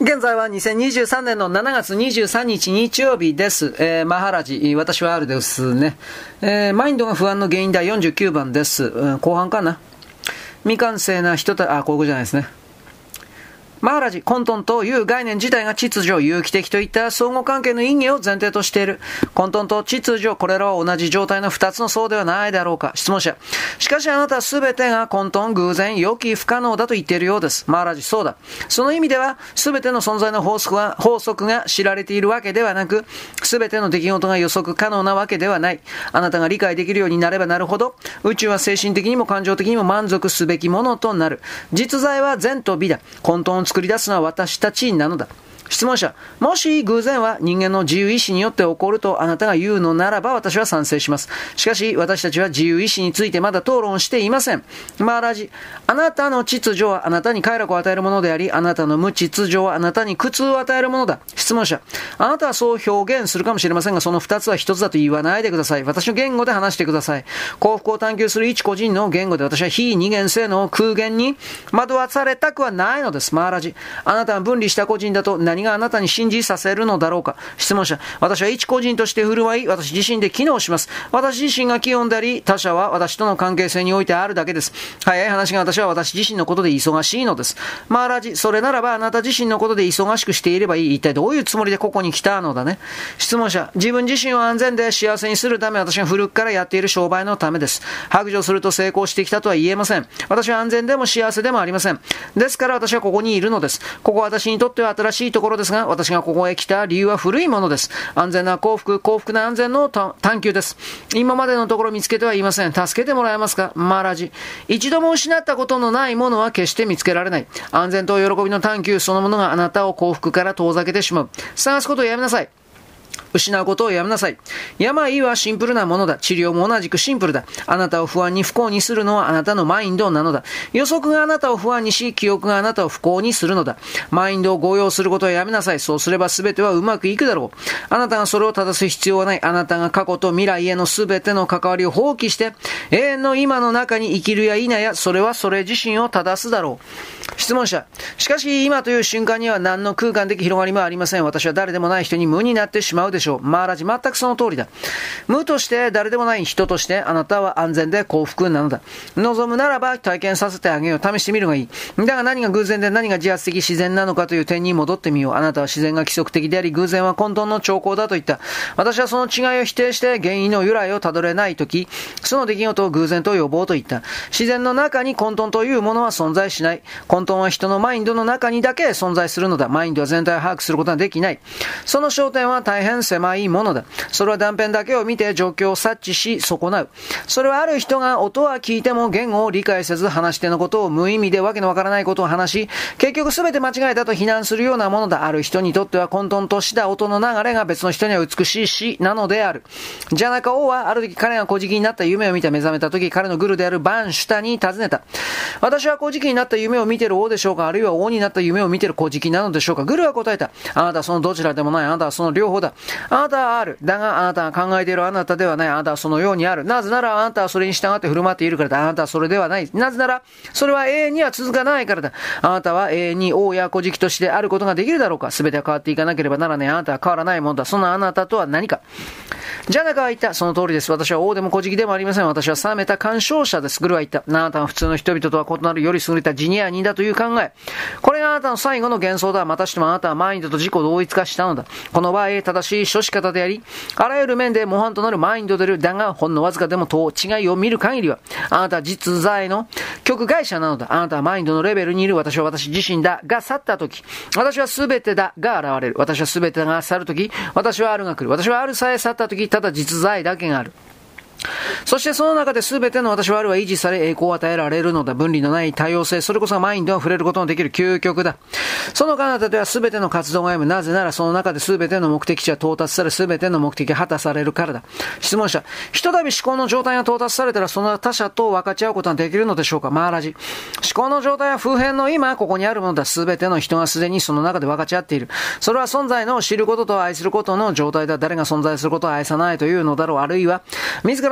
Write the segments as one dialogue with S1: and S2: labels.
S1: 現在は2023年の7月23日日曜日です。マハラジ、私はあるですね。マインドが不安の原因第49番です。後半かな。未完成な人た、こういうことじゃないですね。マハラジ、混沌という概念自体が秩序、有機的といった相互関係の意義を前提としている。混沌と秩序、これらは同じ状態の二つの層ではないだろうか。質問者。しかしあなたは全てが混沌、偶然、予期不可能だと言っているようです。マハラジ、そうだ。その意味では、全ての存在の法則が知られているわけではなく、全ての出来事が予測可能なわけではない。あなたが理解できるようになればなるほど、宇宙は精神的にも感情的にも満足すべきものとなる。実在は善と美だ。混沌を作り出すのは私たちなのだ。質問者。もし偶然は人間の自由意志によって起こるとあなたが言うのならば私は賛成します。しかし私たちは自由意志についてまだ討論していません。マハラジ。あなたの秩序はあなたに快楽を与えるものであり、あなたの無秩序はあなたに苦痛を与えるものだ。質問者。あなたはそう表現するかもしれませんが、その二つは一つだと言わないでください。私の言語で話してください。幸福を探求する一個人の言語で私は非二元性の空言に惑わされたくはないのです。マハラジ。あなたは分離した個人だと何があなたに信じさせるのだろうか。質問者。私は一個人として振る舞い、私自身で機能します。私自身が基本であり、他者は私との関係性においてあるだけです。早い話が私は私自身のことで忙しいのです。マハラジ。それならばあなた自身のことで忙しくしていればいい。一体どういうつもりでここに来たのだね。質問者。自分自身を安全で幸せにするため、私が古くからやっている商売のためです。白状すると成功してきたとは言えません。私は安全でも幸せでもありません。ですから私はここにいるのです。ここは私にとっては新しいところですが、私がここへ来た理由は古いものです。安全な幸福な安全の探求です。今までのところ見つけてはいません。助けてもらえますか。マハラジ。一度も失ったことのないものは決して見つけられない。安全と喜びの探求そのものがあなたを幸福から遠ざけてしまう。探すことをやめなさい。失うことをやめなさい。病はシンプルなものだ。治療も同じくシンプルだ。あなたを不安に不幸にするのはあなたのマインドなのだ。予測があなたを不安にし、記憶があなたを不幸にするのだ。マインドを強要することをやめなさい。そうすれば全てはうまくいくだろう。あなたがそれを正す必要はない。あなたが過去と未来への全ての関わりを放棄して、永遠の今の中に生きるや否や、それはそれ自身を正すだろう。質問者。しかし今という瞬間には何の空間的広がりもありません。私は誰でもない人に無になってしまうでしょう。マハラジ。全くその通りだ。無として誰でもない人としてあなたは安全で幸福なのだ。望むならば体験させてあげよう。試してみるがいい。だが何が偶然で何が自発的自然なのかという点に戻ってみよう。あなたは自然が規則的であり、偶然は混沌の兆候だと言った。私はその違いを否定して原因の由来をたどれないとき、その出来事を偶然と呼ぼうと言った。自然の中に混沌というものは存在しない。混沌は人のマインドの中にだけ存在するのだ。マインドは全体を把握することができない。その焦点は大変狭いものだ。それは断片だけを見て状況を察知し損なう。それはある人が音は聞いても言語を理解せず話し手のことを無意味でわけのわからないことを話し、結局全て間違えたと非難するようなものだ。ある人にとっては混沌とした音の流れが別の人には美しい詩なのである。ジャナカ王はある時彼が小じになった夢を見て目覚めた時、彼のグルであるバンシュタに尋ねた。私は小じになった夢を見ている王でしょうか、あるいは王になった夢を見ている小じなのでしょうか。グルは答えた。あなたはそのどちらでもない。あなたはその両方だ。あなたはある。だがあなたが考えているあなたではない。あなたはそのようにある。なぜならあなたはそれに従って振る舞っているからだ。あなたはそれではない。なぜならそれは永遠には続かないからだ。あなたは永遠に王や小じとしてあることができるだろうか。全ては変わっていかなければならない。あなたは変わらないものだ。そのあなたとは何か。ジャナカは言った。その通りです。私は王でも小じでもありません。私は冷めた干渉者です。グルは言った。あなたは普通の人々とは異なるより優れたジニア人だという考え。これがあなたの最後の幻想だ。またしてもあなたはマインドと自己同一化したのだ。この場合正しい処し方であり、あらゆる面で模範となるマインドである。だがほんのわずかでも違いを見る限りはあなたは実在の局外者なのだ。あなたはマインドのレベルにいる。私は私自身だが去ったとき、私は全てだが現れる。私は全てが去るとき、私はあるが来る。私はあるさえ去ったとき、ただ実在だけがある。そしてその中で全ての私はあるは維持され栄光を与えられるのだ。分離のない多様性、それこそがマインドが触れることのできる究極だ。その彼方では全ての活動が歩む。なぜならその中で全ての目的地は到達され、全ての目的が果たされるからだ。質問者。ひとたび思考の状態が到達されたらその他者と分かち合うことができるのでしょうか。マハラジ。思考の状態は普遍の今ここにあるものだ。全ての人がすでにその中で分かち合っている。それは存在の知ることと愛することの状態だ。誰が存在することを愛さないというのだろう。あるいは自ら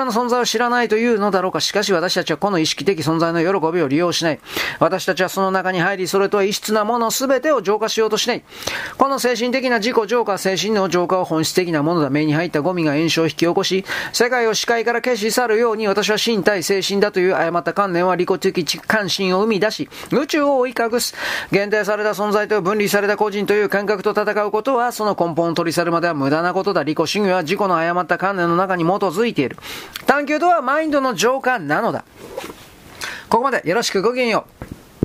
S1: の存在を知らないというのだろうか。しかし私たちはこの意識的存在の喜びを利用しない。私たちはその中に入り、それとは異質なものすべてを浄化しようとしない。この精神的な自己浄化、精神の浄化は本質的なものだ。目に入ったゴミが炎症を引き起こし、世界を視界から消し去るように、私は身体精神だという誤った観念は利己的関心を生み出し、宇宙を覆い隠す。限定された存在と分離された個人という感覚と戦うことは、その根本を取り去るまでは無駄なことだ。利己主義は自己の誤った観念の中に基づいている。探求とはマインドの浄化なのだ。ここまでよろしくごきげんよう。